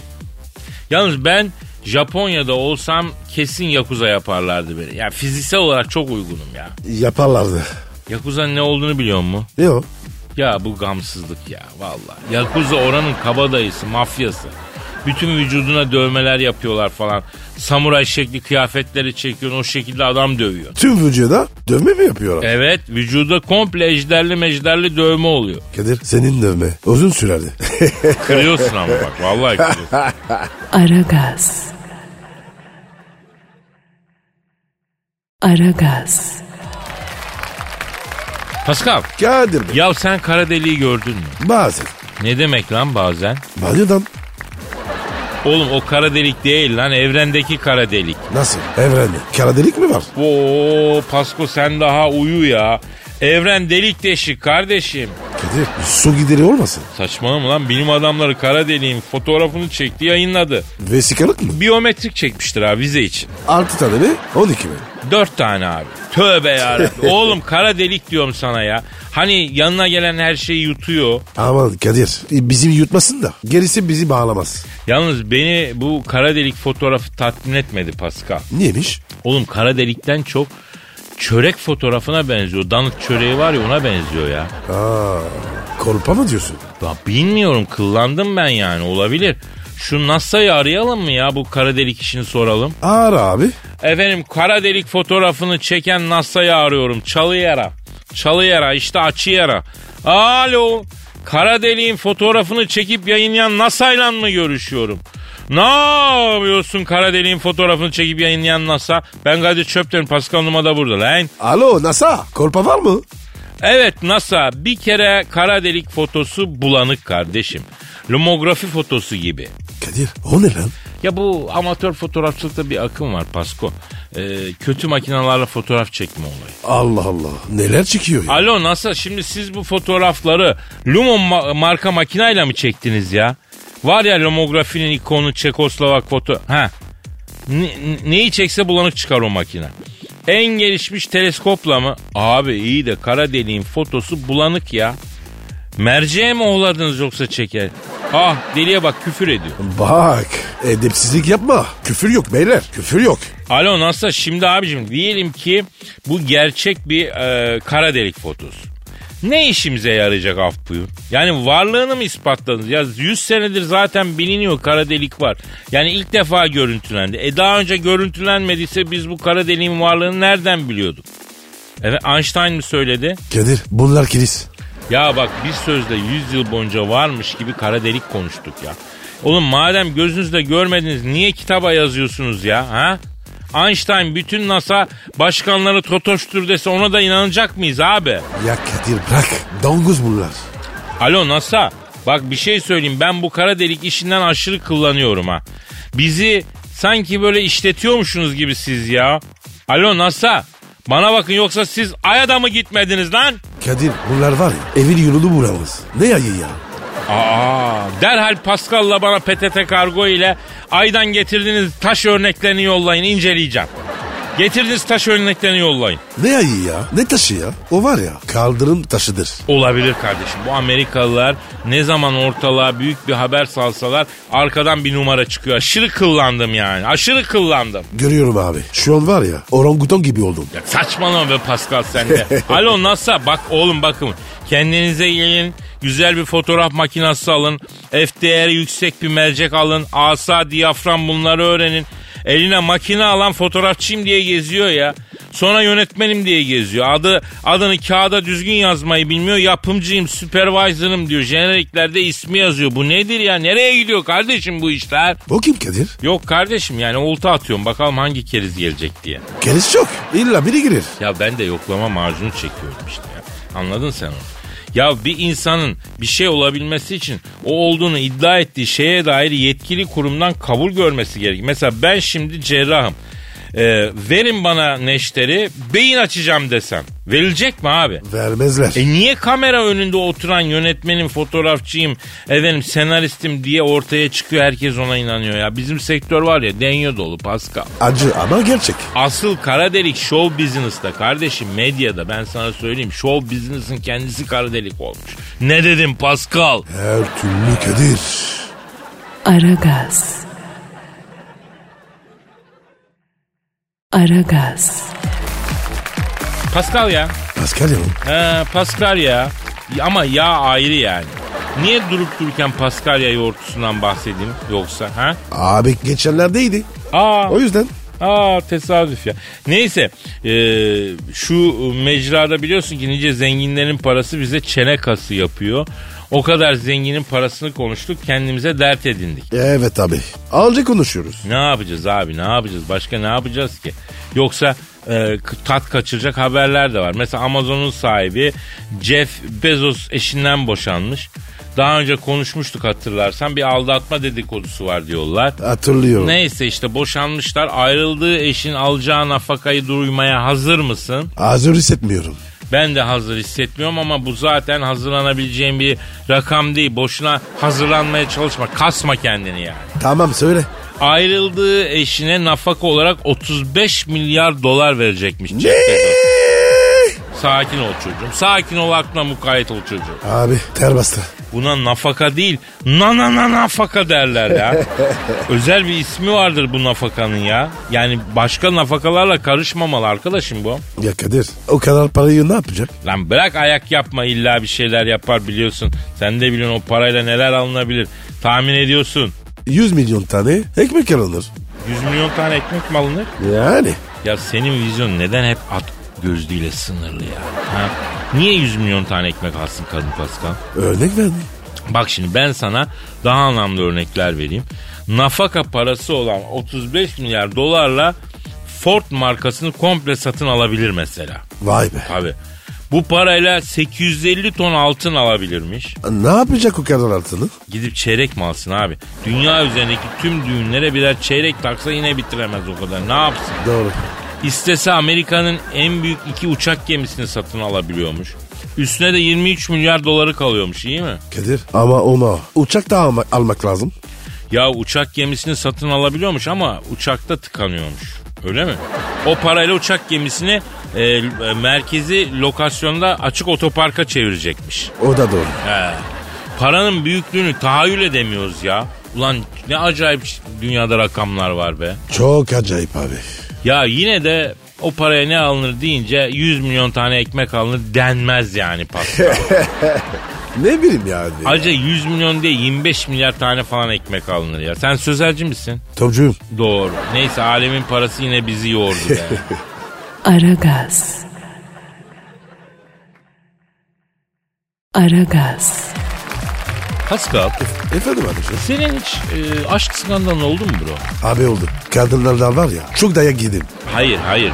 Yalnız ben Japonya'da olsam kesin Yakuza yaparlardı beni. Yani fiziksel olarak çok uygunum ya. Yaparlardı. Yakuza'nın ne olduğunu biliyor musun? Yok. Ya bu gamsızlık ya vallahi. Yakuza oranın kabadayısı, mafyası. Bütün vücuduna dövmeler yapıyorlar falan. Samuray şekli kıyafetleri çekiyor, o şekilde adam dövüyor. Tüm vücuda dövme mi yapıyorlar? Evet, vücuda komple ejderli mejderli dövme oluyor. Kadir, senin dövme uzun sürerdi. Kırıyorsun ama bak, vallahi kırıyorsun. Aragaz. Aragaz. Pascal. Kadir Bey. Ya sen kara deliği gördün mü? Bazen. Ne demek lan bazen? Banyodan. Oğlum o kara delik değil lan, evrendeki kara delik. Nasıl? Evrende. Kara delik mi var? Oo Pasko sen daha uyu ya. Evren delik deşik kardeşim. Kadir, su gideri olmasın? Saçmalama lan, bilim adamları kara deliğin fotoğrafını çekti, yayınladı. Vesikalık mı? Biyometrik çekmiştir abi, vize için. Altı tane mi? On iki mi? Dört tane abi. Tövbe yarabbim. Oğlum kara delik diyorum sana ya. Hani yanına gelen her şeyi yutuyor. Aman Kadir, bizim yutmasın da gerisi bizi bağlamaz. Yalnız beni bu kara delik fotoğrafı tatmin etmedi Pascal. Niyeymiş? Oğlum kara delikten çok çörek fotoğrafına benziyor. Danıt çöreği var ya, ona benziyor ya. Aa, kolpa mı diyorsun? Ya bilmiyorum, kıllandım ben yani, olabilir. Şu NASA'yı arayalım mı ya, bu kara delik işini soralım. Ara abi. Efendim kara delik fotoğrafını çeken NASA'yı arıyorum. Çalı yara. Çalı yara işte açı yara. Alo. Kara deliğin fotoğrafını çekip yayınlayan NASA'yla mı görüşüyorum? Ne yapıyorsun kara deliğin fotoğrafını çekip yayınlayan NASA? Ben Kadir Çöpten, Pascal Numa da burada lan. Alo NASA, kolpa var mı? Evet NASA, bir kere kara delik fotosu bulanık kardeşim. Lomografi fotosu gibi. Kadir o ne lan? Ya bu amatör fotoğrafçılıkta bir akım var Pasko. Ee, kötü makinelerle fotoğraf çekme olayı. Allah Allah, neler çıkıyor ya? Alo NASA, şimdi siz bu fotoğrafları Lumon ma- marka makinayla mı çektiniz ya? Var ya lomografinin ikonu Çekoslovak foto... Ha. Ne, neyi çekse bulanık çıkar o makine. En gelişmiş teleskopla mı? Abi iyi de kara deliğin fotosu bulanık ya. Merceğe mi oğladınız yoksa çeker? Ah deliye bak küfür ediyor. Bak edepsizlik yapma. Küfür yok beyler, küfür yok. Alo nasıl? Şimdi abicim diyelim ki bu gerçek bir e, kara delik fotosu. Ne işimize yarayacak af buyur? Yani varlığını mı ispatladınız? Ya yüz senedir zaten biliniyor kara delik var. Yani ilk defa görüntülendi. E daha önce görüntülenmediyse biz bu kara deliğin varlığını nereden biliyorduk? Evet Einstein mi söyledi? Kadir bunlar kilis. Ya bak bir sözle yüz yıl boyunca varmış gibi kara delik konuştuk ya. Oğlum madem gözünüzle görmediniz niye kitaba yazıyorsunuz ya? Ha? Einstein bütün NASA başkanları totoştur dese ona da inanacak mıyız abi? Ya Kadir bırak. Donguz bunlar. Alo NASA. Bak bir şey söyleyeyim. Ben bu kara delik işinden aşırı kullanıyorum ha. Bizi sanki böyle işletiyormuşsunuz gibi siz ya. Alo NASA. Bana bakın yoksa siz Ay'a da mı gitmediniz lan? Kadir bunlar var ya evin yolunu buramız. Ne yayı ya? Aa, derhal Pascal'la bana P T T kargo ile Ay'dan getirdiğiniz taş örneklerini yollayın, inceleyeceğim. Getirdiğiniz taş örneklerini yollayın. Ne ayı ya? Ne taşı ya? O var ya kaldırım taşıdır. Olabilir kardeşim. Bu Amerikalılar ne zaman ortalığa büyük bir haber salsalar arkadan bir numara çıkıyor. Aşırı kıllandım yani. Aşırı kıllandım. Görüyorum abi. Şu an var ya orangutan gibi oldum. Ya saçmalama be Pascal sen de. Alo NASA bak oğlum bakın. Kendinize gelin. Güzel bir fotoğraf makinesi alın. F değeri yüksek bir mercek alın. Asa, diyafram bunları öğrenin. Eline makine alan fotoğrafçıyım diye geziyor ya. Sonra yönetmenim diye geziyor. Adı adını kağıda düzgün yazmayı bilmiyor. Yapımcıyım, supervisor'ım diyor. Jeneriklerde ismi yazıyor. Bu nedir ya? Nereye gidiyor kardeşim bu işler? O kim Kadir? Yok kardeşim yani olta atıyorum. Bakalım hangi keriz gelecek diye. Keriz çok. İlla biri girer. Ya ben de yoklama macunu çekiyorum işte ya. Anladın sen onu? Ya bir insanın bir şey olabilmesi için o olduğunu iddia ettiği şeye dair yetkili kurumdan kabul görmesi gerekir. Mesela ben şimdi cerrahım. Ee, verin bana neşteri, beyin açacağım desem. Verilecek mi abi? Vermezler. E niye kamera önünde oturan yönetmenim, fotoğrafçıyım, efendim senaristim diye ortaya çıkıyor, herkes ona inanıyor ya. Bizim sektör var ya denyo dolu Pascal. Acı ama gerçek. Asıl kara delik show business'ta kardeşim, medyada ben sana söyleyeyim. Show business'ın kendisi kara delik olmuş. Ne dedim Pascal? Her türlü Kadir. Aragaz. Aragaz. Pascal ya. Pascal ya mı? He Pascal ya. Ama ya ayrı yani. Niye durup dururken Paskalya yoğurtlusundan bahsedeyim yoksa ha? Abi geçenlerdeydi. Aa. O yüzden. Aa tesadüf ya. Neyse e, şu mecrada biliyorsun ki nice zenginlerin parası bize çene kası yapıyor. O kadar zenginin parasını konuştuk, kendimize dert edindik. Evet abi. Anca konuşuyoruz. Ne yapacağız abi, ne yapacağız? Başka ne yapacağız ki? Yoksa e, tat kaçıracak haberler de var. Mesela Amazon'un sahibi Jeff Bezos eşinden boşanmış. Daha önce konuşmuştuk hatırlarsan, bir aldatma dedikodusu var diyorlar. Hatırlıyorum. Neyse işte boşanmışlar. Ayrıldığı eşin alacağı nafakayı duymaya hazır mısın? Hazır hissetmiyorum. Ben de hazır hissetmiyorum ama bu zaten hazırlanabileceğin bir rakam değil. Boşuna hazırlanmaya çalışma. Kasma kendini yani. Tamam söyle. Ayrıldığı eşine nafaka olarak otuz beş milyar dolar verecekmiş. Ne? Sakin ol çocuğum. Sakin ol, aklına mukayyet ol çocuğum. Abi ter bastı. Buna nafaka değil, na na na nafaka derler ya. Özel bir ismi vardır bu nafakanın ya. Yani başka nafakalarla karışmamalı arkadaşım bu. Ya Kadir, o kadar parayı ne yapacak? Lan bırak ayak yapma, illa bir şeyler yapar biliyorsun. Sen de biliyorsun o parayla neler alınabilir. Tahmin ediyorsun. yüz milyon tane ekmek alınır. yüz milyon tane ekmek mi alınır? Yani. Ya senin vizyon neden hep at gözlüğüyle sınırlı ya? Ha? Niye yüz milyon tane ekmek alsın kadın Pascal? Örnek verdi. Bak şimdi ben sana daha anlamlı örnekler vereyim. Nafaka parası olan otuz beş milyar dolarla Ford markasını komple satın alabilir mesela. Vay be. Tabii. Bu parayla sekiz yüz elli ton altın alabilirmiş. Ne yapacak o kadar altını? Gidip çeyrek mi alsın abi? Dünya üzerindeki tüm düğünlere birer çeyrek taksa yine bitiremez o kadar. Ne yapsın? Doğru. İstese Amerika'nın en büyük iki uçak gemisini satın alabiliyormuş. Üstüne de yirmi üç milyar doları kalıyormuş, iyi mi? Kadir ama ona uçak da almak, almak lazım. Ya uçak gemisini satın alabiliyormuş ama uçakta tıkanıyormuş. Öyle mi? O parayla uçak gemisini e, e, merkezi lokasyonda açık otoparka çevirecekmiş. O da doğru. He. Paranın büyüklüğünü tahayyül edemiyoruz ya. Ulan ne acayip dünyada rakamlar var be. Çok acayip abi. Ya yine de o paraya ne alınır deyince yüz milyon tane ekmek alınır denmez yani Pascal. Ne bileyim yani. Ayrıca yüz milyon değil yirmi beş milyar tane falan ekmek alınır ya. Sen sözelci misin? Topçuyum. Doğru. Neyse alemin parası yine bizi yordu be. Aragaz. Aragaz. Pascal, Efendim abiciğim. senin hiç e, aşk skandalın oldu mu bro? Abi oldu. Kadınlardan var ya çok dayak yedim. Hayır hayır.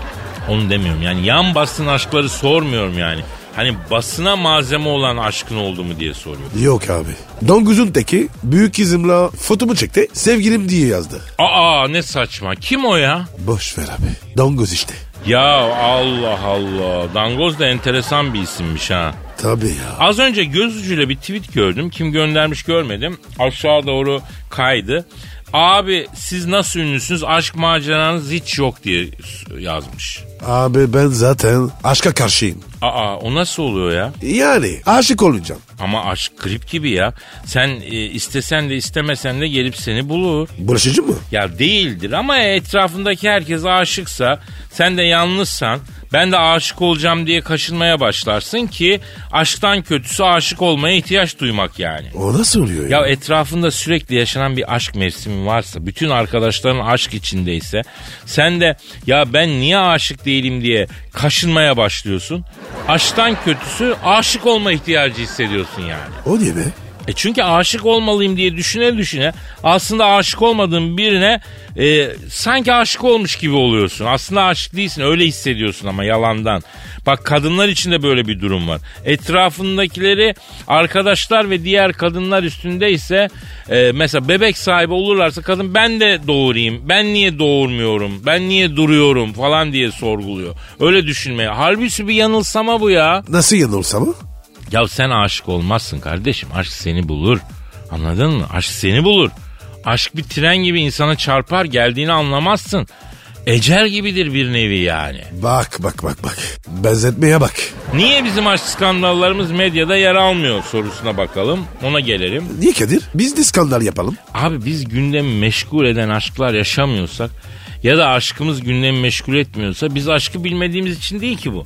Onu demiyorum yani yan basın aşkları sormuyorum yani. Hani basına malzeme olan aşkın oldu mu diye soruyorum. Yok abi. Donguz'un teki büyük kızımla fotomu çekti. Sevgilim diye yazdı. Aa ne saçma. Kim o ya? Boş ver abi. Donguz işte. Ya Allah Allah. Dangoz da enteresan bir isimmiş ha. Tabii ya. Az önce göz ucuyla bir tweet gördüm. Kim göndermiş görmedim. Aşağı doğru kaydı. Abi siz nasıl ünlüsünüz? Aşk maceranız hiç yok diye yazmış. Abi ben zaten aşka karşıyım. Aa o nasıl oluyor ya? Yani aşık olacağım. Ama aşk grip gibi ya. Sen e, istesen de istemesen de gelip seni bulur. Bulaşıcı mı? Ya değildir ama etrafındaki herkes aşıksa sen de yalnızsan ben de aşık olacağım diye kaşınmaya başlarsın ki aşktan kötüsü aşık olmaya ihtiyaç duymak yani. O nasıl oluyor ya? Ya etrafında sürekli yaşanan bir aşk mevsimi varsa, bütün arkadaşların aşk içindeyse sen de ya ben niye aşık değilim diye kaşınmaya başlıyorsun. Aşktan kötüsü aşık olma ihtiyacı hissediyorsun yani. O niye be? E çünkü aşık olmalıyım diye düşüne düşüne aslında aşık olmadığın birine e, sanki aşık olmuş gibi oluyorsun. Aslında aşık değilsin, öyle hissediyorsun ama yalandan. Bak kadınlar için de böyle bir durum var. Etrafındakileri arkadaşlar ve diğer kadınlar üstündeyse e, mesela bebek sahibi olurlarsa kadın ben de doğurayım, ben niye doğurmuyorum, ben niye duruyorum falan diye sorguluyor. Öyle düşünmeye. Halbuki bir yanılsama bu ya. Nasıl yanılsa mı? Ya sen aşık olmazsın kardeşim. Aşk seni bulur. Anladın mı? Aşk seni bulur. Aşk bir tren gibi insana çarpar, geldiğini anlamazsın. Ecel gibidir bir nevi yani. Bak bak bak bak. Benzetmeye bak. Niye bizim aşk skandallarımız medyada yer almıyor sorusuna bakalım. Ona gelelim. Niye Kadir? Biz de skandal yapalım. Abi biz gündemi meşgul eden aşklar yaşamıyorsak ya da aşkımız gündemi meşgul etmiyorsa biz aşkı bilmediğimiz için değil ki bu.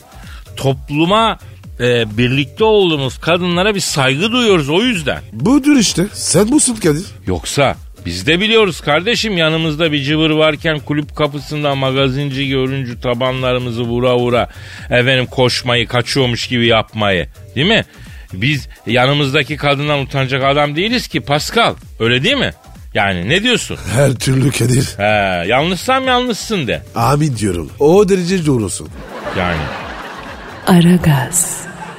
Topluma e, birlikte olduğumuz kadınlara bir saygı duyuyoruz o yüzden. Budur işte. Sen busun Kadir. Yoksa biz de biliyoruz kardeşim, yanımızda bir cıvır varken kulüp kapısında magazinci görüncü tabanlarımızı vura vura efendim koşmayı, kaçıyormuş gibi yapmayı, değil mi? Biz yanımızdaki kadından utanacak adam değiliz ki Pascal, öyle değil mi? Yani ne diyorsun? Her türlü Kadir. He, yanlışsam yanlışsın de. Amin diyorum. O derece doğrusun. Yani. Aragaz.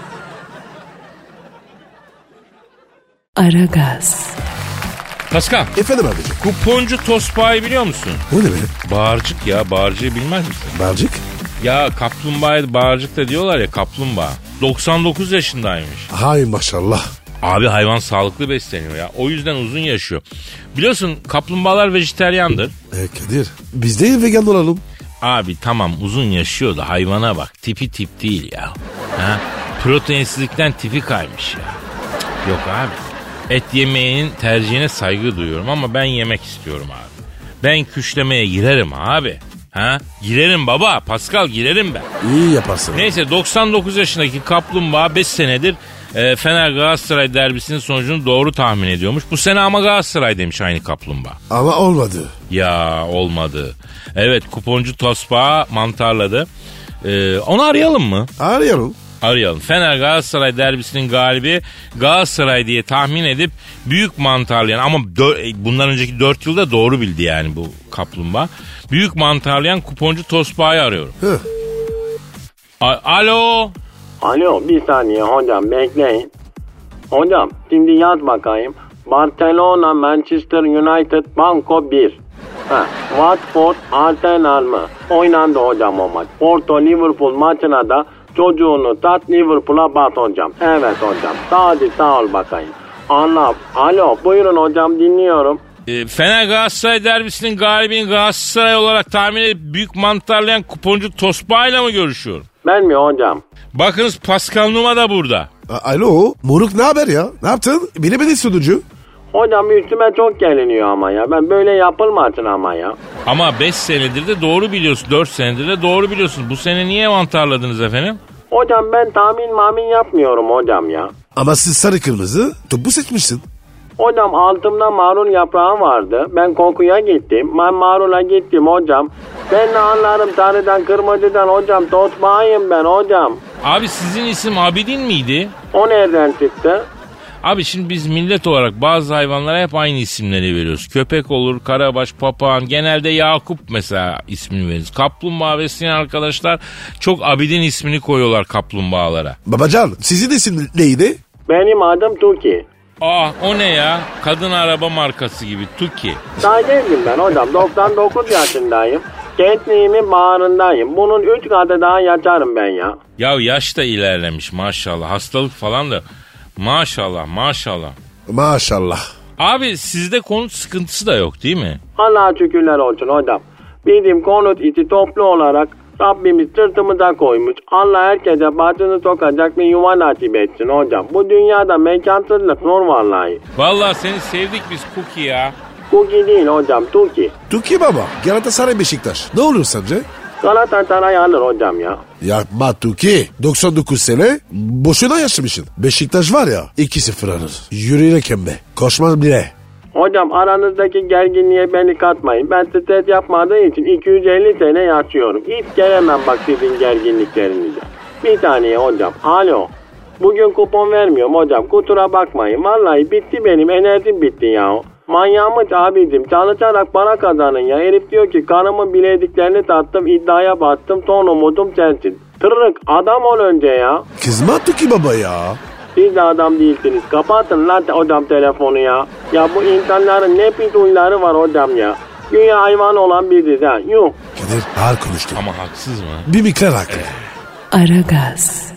Aragaz. Pascal, Efendim abiciğim. kuponcu Tospa'yı biliyor musun? O ne be? Bağırcık ya, bağırcığı bilmez misin? Balcık? Ya kaplumbağaya bağırcık da diyorlar ya, kaplumbağa. doksan dokuz yaşındaymış. Hay maşallah. Abi hayvan sağlıklı besleniyor ya. O yüzden uzun yaşıyor. Biliyorsun kaplumbağalar vejeteryandır. E Kadir biz de vegan olalım. Abi tamam uzun yaşıyor da hayvana bak. Tipi tip değil ya. Ha? Proteinsizlikten tipi kaymış ya. Cık, yok abi. Et yemeğinin tercihine saygı duyuyorum ama ben yemek istiyorum abi. Ben küşlemeye girerim abi. Ha? Girerim baba. Pascal girerim ben. İyi yaparsın. Neyse doksan dokuz yaşındaki kaplumbağa beş senedir e, Fener Galatasaray derbisinin sonucunu doğru tahmin ediyormuş. Bu sene ama Galatasaray demiş aynı kaplumbağa. Ama olmadı. Ya olmadı. Evet, kuponcu Tosbağa mantarladı. E, onu arayalım mı? Arayalım. Arayalım. Fener Galatasaray derbisinin galibi Galatasaray diye tahmin edip büyük mantarlayan, ama dö- bundan önceki dört yılda doğru bildi yani bu kaplumbağa. Büyük mantarlayan kuponcu Tosbağa'yı arıyorum. Hı. A- Alo. Alo, bir saniye hocam, bekleyin. Hocam şimdi yaz bakayım. Barcelona Manchester United Banko bir. Ha, Watford Arsenal mı? Oynandı hocam o maç. Porto Liverpool maçına da çocuğunu tat, Liverpool'a bat hocam. Evet hocam. Hadi sağ ol bakayım. Anla. Alo, buyurun hocam, dinliyorum. E, Fener Galatasaray derbisinin galibini Galatasaray olarak tahmin edip büyük mantarlayan kuponcu Tosbağa'yla mı görüşüyorum? Ben mi hocam? Bakınız Pascal Numa da burada. A- Alo moruk, ne haber ya? Ne yaptın? Bilemedin sunucu. Hocam üstüme çok geliniyor ama ya. Ben böyle yapılmasın ama ya. Ama beş senedir de doğru biliyorsun. dört senedir de doğru biliyorsun. Bu sene niye mantarladınız efendim? Hocam ben tahmin mamin yapmıyorum hocam ya. Ama siz sarı kırmızı topu seçmişsin. Hocam altımda marul yaprağı vardı. Ben kokuya gittim. Ben marula gittim hocam. Ben ne anlarım sarıdan kırmızıdan hocam. Tosbağayım ben hocam. Abi sizin isim Abidin miydi? O nereden çıktı? Abi şimdi biz millet olarak bazı hayvanlara hep aynı isimleri veriyoruz. Köpek olur, karabaş, papağan, genelde Yakup mesela ismini veririz. Kaplumbağa besleyen arkadaşlar çok Abidin ismini koyuyorlar kaplumbağalara. Babacan sizin isim neydi? Benim adım Tuki. Aa, o ne ya? Kadın araba markası gibi, Tuki. Daha gencim ben hocam. doksan dokuz yaşındayım. Gençliğimin bağrındayım. Bunun üç katı daha yaşarım ben ya. Ya yaş da ilerlemiş maşallah. Hastalık falan da maşallah maşallah. Maşallah. Abi sizde konut sıkıntısı da yok değil mi? Allah'a şükürler olsun hocam. Bizim konut içi toplu olarak Rabbimiz sırtımıza koymuş. Allah herkese bacını sokacak bir yuva nasip etsin hocam. Bu dünyada mekansızlık zor vallahi. Vallahi seni sevdik biz Cookie ya. Cookie değil hocam, Tuki. Tuki baba. Galatasaray Beşiktaş. Ne olur sence? Galatasaray alır hocam ya. Yapma Tuki. doksan dokuz sene boşuna yaşamışsın. Beşiktaş var ya iki sıfır alır. Yürüyerek hem de. Koşmaz bile. Hocam aranızdaki gerginliğe beni katmayın. Ben stres yapmadığı için iki yüz elli sene yaşıyorum. Hiç gelemem bak sizin gerginliklerinize. Bir saniye hocam. Alo. Bugün kupon vermiyorum hocam. Kusura bakmayın. Vallahi bitti benim. Enerjim bitti ya. Manyağımız abicim. Çalışarak para kazanın ya. Herif diyor ki karımın bileziklerini sattım. İddiaya battım. Son umudum sensin. Tırrık adam ol önce ya. Kızma Tuki baba ya. Siz de adam değilsiniz. Kapatın lan hocam telefonu ya. Ya bu insanların ne pis huyları var hocam ya. Dünya hayvan olan biziz ha. Yuh. Kadir ağır konuştu. Ama haksız mı? Bir miktar haklı. Aragaz.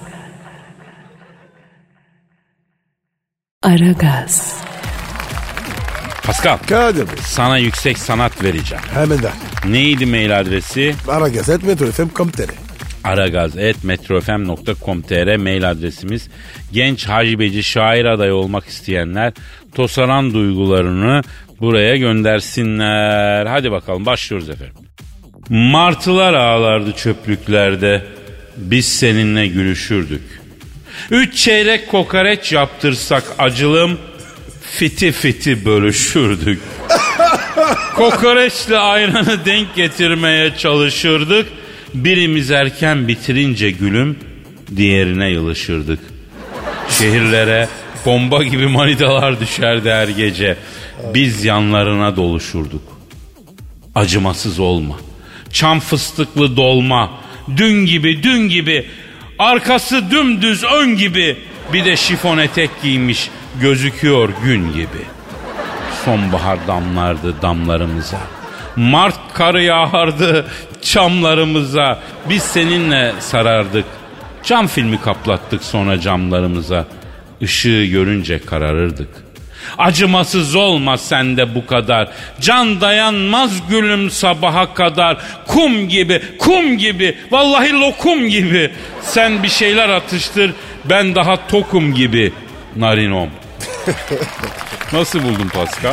Aragaz. Pascal, Kadir Bey. sana yüksek sanat vereceğim. Hemen de. Neydi mail adresi? Aragaz et metro f m nokta com nokta t r. aragaz et metro f m nokta com nokta t r mail adresimiz. Genç hacibeci şair adayı olmak isteyenler tosaran duygularını buraya göndersinler. Hadi bakalım başlıyoruz efendim. Martılar ağlardı çöplüklerde, biz seninle gülüşürdük. Üç çeyrek kokoreç yaptırsak acılım, fiti fiti bölüşürdük. Kokoreçle ayranı denk getirmeye çalışırdık. Birimiz erken bitirince gülüm, diğerine yılışırdık. Şehirlere bomba gibi manitalar düşerdi her gece. Biz yanlarına doluşurduk. Acımasız olma. Çam fıstıklı dolma. Dün gibi dün gibi. Arkası dümdüz ön gibi. Bir de şifon etek giymiş. Gözüküyor gün gibi. Sonbahar damlardı damlarımıza. Mart karı yağardı çamlarımıza. Biz seninle sarardık. Cam filmi kaplattık sonra camlarımıza. Işığı görünce kararırdık. Acımasız olma sen de bu kadar. Can dayanmaz gülüm sabaha kadar. Kum gibi, kum gibi. Vallahi lokum gibi. Sen bir şeyler atıştır. Ben daha tokum gibi. Narinom. Nasıl buldun Pascal?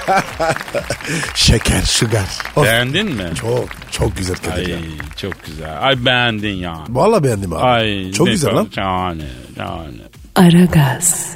Şeker, sugar. Of. Beğendin mi? Çok, çok güzel Kadir Ay ya. çok güzel. Ay beğendin ya. Vallahi beğendim abi. Ay çok ne güzel kadar lan. Şahane, şahane. Aragaz.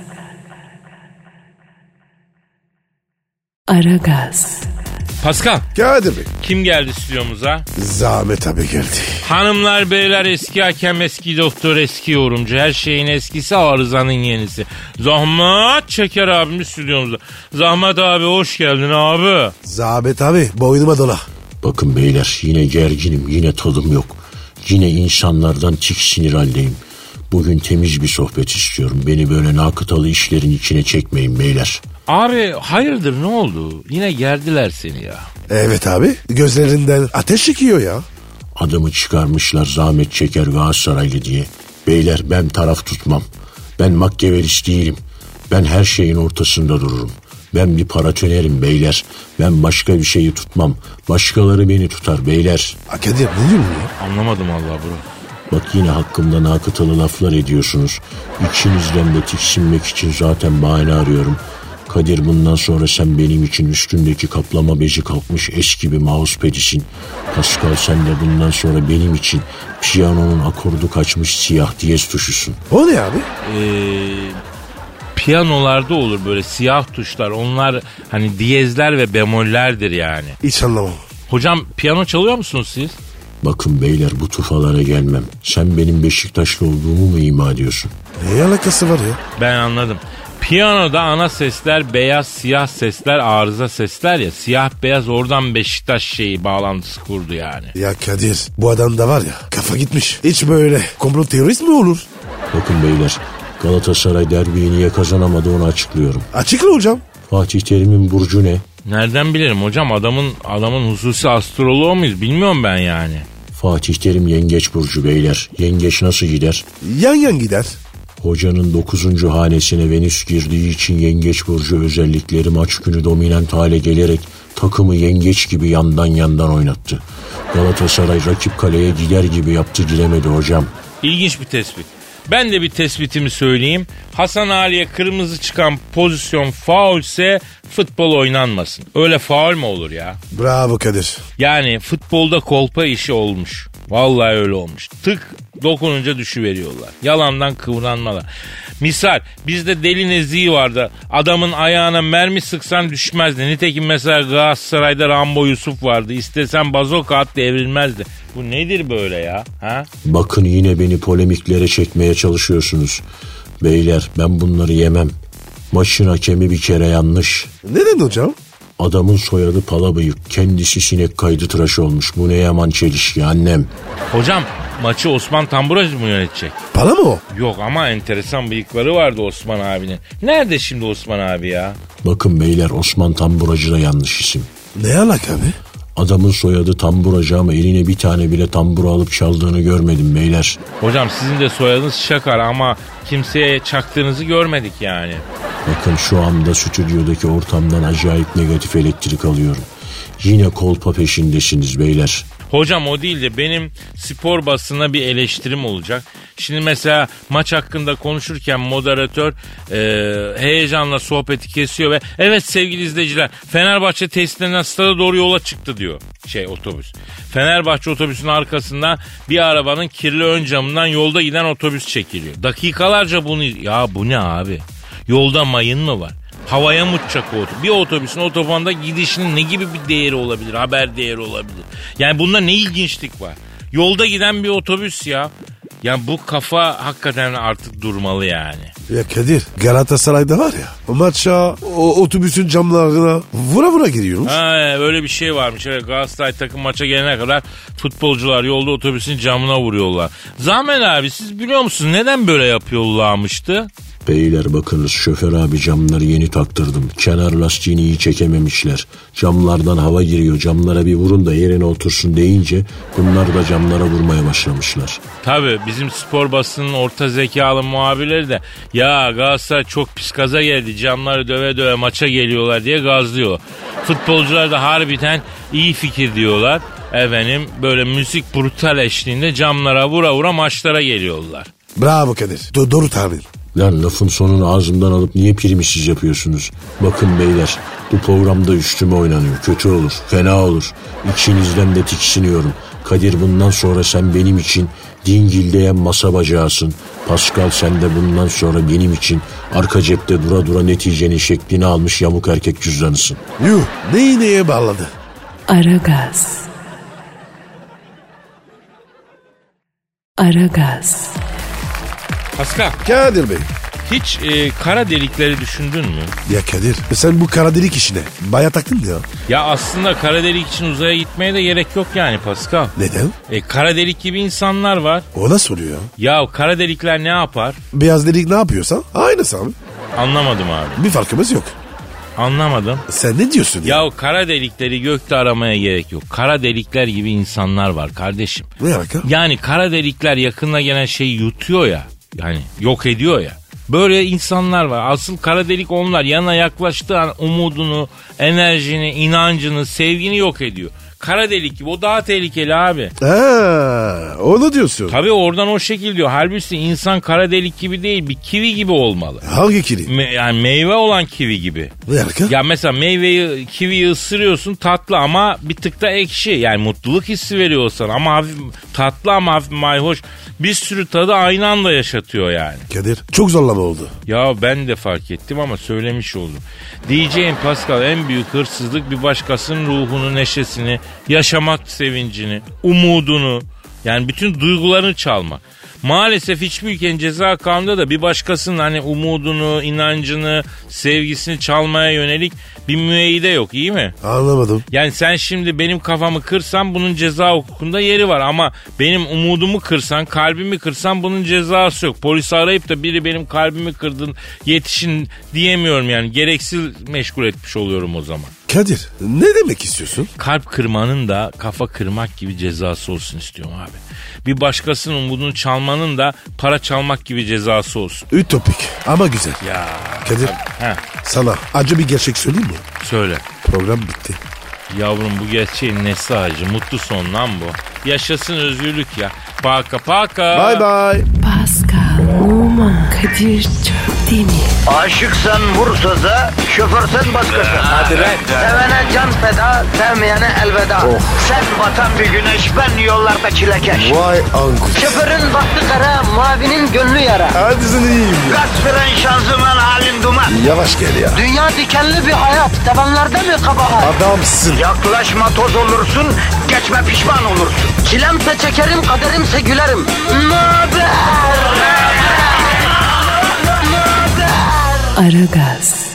Aragaz. Pascal, Kadir Bey. kim geldi stüdyomuza? Zahmet abi geldi. Hanımlar beyler, eski hakem, eski doktor, eski yorumcu, her şeyin eskisi, arızanın yenisi. Zahmet Çeker abimiz stüdyomuzda. Zahmet abi hoş geldin abi. Zahmet abi boynuma dola. Bakın beyler, yine gerginim, yine tadım yok. Yine insanlardan tiksinir haldeyim. Bugün temiz bir sohbet istiyorum. Beni böyle nakıtalı işlerin içine çekmeyin beyler. Abi hayırdır, ne oldu? Yine gerdiler seni ya. Evet abi, gözlerinden ateş çıkıyor ya. Adamı çıkarmışlar Zahmet Çeker Galatasaraylı diye. Beyler, ben taraf tutmam. Ben makyavelist değilim. Ben her şeyin ortasında dururum. Ben bir paratonerim beyler. Ben başka bir şeyi tutmam. Başkaları beni tutar beyler. Kadir ne diyorsun ya? Anlamadım Allah bro. Bak yine hakkımda nakıtalı laflar ediyorsunuz. İçinizden de tiksinmek için zaten bahane arıyorum. Kadir, bundan sonra sen benim için üstündeki kaplama bezi kalkmış eski bir mousepad'isin. Pascal, sen de bundan sonra benim için piyanonun akordu kaçmış siyah diyez tuşusun. O ne abi? Eee... Piyanolarda olur böyle siyah tuşlar. Onlar hani diyezler ve bemollerdir yani. Hiç anlamam. Hocam piyano çalıyor musunuz siz? Bakın beyler, bu tufalara gelmem. Sen benim Beşiktaşlı olduğumu mu ima ediyorsun? Ne alakası var ya? Ben anladım. Piyanoda ana sesler beyaz, siyah sesler arıza sesler ya. Siyah beyaz, oradan Beşiktaş şeyi bağlantısı kurdu yani. Ya Kadir, bu adam da var ya, kafa gitmiş. Hiç böyle komplo teorist mi olur? Bakın beyler, Galatasaray derbiyi niye kazanamadı onu açıklıyorum. Açıkla hocam. Fatih Terim'in burcu ne? Nereden bilirim hocam, adamın adamın hususi astroloğu muyuz bilmiyorum ben yani. Fatih Terim yengeç burcu beyler. Yengeç nasıl gider? Yan yan gider. Hocanın dokuzuncu hanesine Venüs girdiği için yengeç burcu özellikleri maç günü dominant hale gelerek takımı yengeç gibi yandan yandan oynattı. Galatasaray rakip kaleye gider gibi yaptı, giremedi hocam. İlginç bir tespit. Ben de bir tespitimi söyleyeyim. Hasan Ali'ye kırmızı çıkan pozisyon faulse futbol oynanmasın. Öyle faul mü olur ya? Bravo Kadir. Yani futbolda kolpa işi olmuş. Vallahi öyle olmuş. Tık dokununca düşüveriyorlar. Yalandan kıvranmalar. Misal bizde deli Nezih vardı. Adamın ayağına mermi sıksan düşmezdi. Nitekim mesela Galatasaray'da Rambo Yusuf vardı. İstesen bazoka at devrilmezdi. Bu nedir böyle ya? Ha? Bakın yine beni polemiklere çekmeye çalışıyorsunuz. Beyler, ben bunları yemem. Maçın hakemi bir kere yanlış. Neden hocam? Adamın soyadı Palabıyık. Kendisi sinek kaydı tıraş olmuş. Bu ne yaman çelişki annem. Hocam maçı Osman Tamburacı mı yönetecek? Para mı o? Yok ama enteresan bıyıkları vardı Osman abinin. Nerede şimdi Osman abi ya? Bakın beyler, Osman Tamburacı da yanlış isim. Ne alaka be? Adamın soyadı Tamburacı ama eline bir tane bile tambura alıp çaldığını görmedim beyler. Hocam sizin de soyadınız Şakar ama kimseye çaktığınızı görmedik yani. Bakın şu anda stüdyodaki ortamdan acayip negatif elektrik alıyorum. Yine kolpa peşindesiniz beyler. Hocam o değil de benim spor basınına bir eleştirim olacak. Şimdi mesela maç hakkında konuşurken moderatör e, heyecanla sohbeti kesiyor ve evet sevgili izleyiciler, Fenerbahçe tesislerinden stada doğru yola çıktı diyor şey otobüs. Fenerbahçe otobüsünün arkasından bir arabanın kirli ön camından yolda giden otobüs çekiliyor. Dakikalarca bunu, ya bu ne abi? Yolda mayın mı var? Havaya mı uçacak o otobüs? Bir otobüsün otobanda gidişinin ne gibi bir değeri olabilir? Haber değeri olabilir. Yani bunda ne ilginçlik var? Yolda giden bir otobüs ya. Yani bu kafa hakikaten artık durmalı yani. Ya Kadir, Galatasaray'da var ya, o maça o otobüsün camlarına vura vura giriyormuş. Ha, öyle bir şey varmış. Evet, Galatasaray takım maça gelene kadar futbolcular yolda otobüsün camına vuruyorlar. Zahmet abi, siz biliyor musunuz neden böyle yapıyorlarmıştı? Beyler bakınız, şoför abi camları yeni taktırdım. Kenar lastiğini iyi çekememişler. Camlardan hava giriyor, camlara bir vurun da yerine otursun deyince bunlar da camlara vurmaya başlamışlar. Tabii bizim spor basının orta zekalı muhabirleri de ya Galatasaray çok pis gaza geldi, camları döve döve maça geliyorlar diye gazlıyor. Futbolcular da harbiden iyi fikir diyorlar. Efendim böyle müzik brutal eşliğinde camlara vura vura maçlara geliyorlar. Bravo Kadir, Do- doğru tahmin. Lan lafın sonunu ağzımdan alıp niye primisiz yapıyorsunuz? Bakın beyler, bu programda üstüme oynanıyor. Kötü olur, fena olur. İçinizden de tiksiniyorum. Kadir, bundan sonra sen benim için dingildeyen masa bacağısın. Pascal sen de bundan sonra benim için arka cepte dura dura neticenin şeklini almış yamuk erkek cüzdanısın. Yuh, neyi neye bağladı? Aragaz. Aragaz. Pascal, Kadir Bey. hiç e, kara delikleri düşündün mü? Ya Kadir, sen bu kara delik işine baya taktın ya. Ya aslında kara delik için uzaya gitmeye de gerek yok yani Pascal. Neden? E, kara delik gibi insanlar var. O nasıl oluyor ya? Ya kara delikler ne yapar? Beyaz delik ne yapıyorsa aynısı abi. Anlamadım abi. Bir farkımız yok. Anlamadım. Sen ne diyorsun ya? Ya kara delikleri gökte aramaya gerek yok. Kara delikler gibi insanlar var kardeşim. Ne alaka? Yani kara delikler yakınına gelen şeyi yutuyor ya. Yani yok ediyor ya. Böyle insanlar var. Asıl kara delik onlar. Yanına yaklaştığı an umudunu, enerjini, inancını, sevgini yok ediyor. Kara delik gibi. O daha tehlikeli abi. Ha, onu diyorsun. Tabii oradan o şekil diyor. Halbuki insan kara delik gibi değil, bir kivi gibi olmalı. Hangi kiri? Me- yani meyve olan kivi gibi. Ne alaka? Ya mesela meyveyi, kiviyi ısırıyorsun, tatlı ama bir tık da ekşi. Yani mutluluk hissi veriyor sana ama hafif tatlı ama hafif mayhoş. Bir sürü tadı aynı anda yaşatıyor yani. Kadir, çok zorlama oldu. Ya ben de fark ettim ama söylemiş oldum. Diyeceğim Pascal, en büyük hırsızlık bir başkasının ruhunu, neşesini, yaşamak sevincini, umudunu, yani bütün duygularını çalmak. Maalesef hiçbir ülkenin ceza kanununda da bir başkasının hani umudunu, inancını, sevgisini çalmaya yönelik bir müeyyide yok, iyi mi? Anlamadım. Yani sen şimdi benim kafamı kırsan bunun ceza hukukunda yeri var ama benim umudumu kırsan, kalbimi kırsan bunun cezası yok. Polisi arayıp da biri benim kalbimi kırdın, yetişin diyemiyorum yani. Gereksiz meşgul etmiş oluyorum o zaman. Kadir, ne demek istiyorsun? Kalp kırmanın da kafa kırmak gibi cezası olsun istiyorum abi. Bir başkasının umudunu çalmanın da para çalmak gibi cezası olsun. Ütopik ama güzel. Ya Kadir, heh, sana acı bir gerçek söyleyeyim mi? söyle. Program bitti. Yavrum bu gerçeğin nesi acı? Mutlu son lan bu. Yaşasın özgürlük ya. Paka paka. Bye bye. Pascal, Oman, Kadir çok değil mi? Aşıksan vursa da, şoförsen başkasın. Hadi lan. Sevene can feda, sevmeyene elveda. Sen batan bir güneş, ben yollarda çilekeş. Vay anku. Şoförün baktı kara, mavinin gönlü yara. Hadi sen iyiyim ya. Kasperen şanzıman halin duman. Yavaş gel ya. Dünya dikenli bir hayat, sevenlerde mi kabahar? Adamsın. Yaklaşma toz olursun, geçme pişman olursun. Çilemse çekerim, kaderimse gülerim. Möber! Aragaz.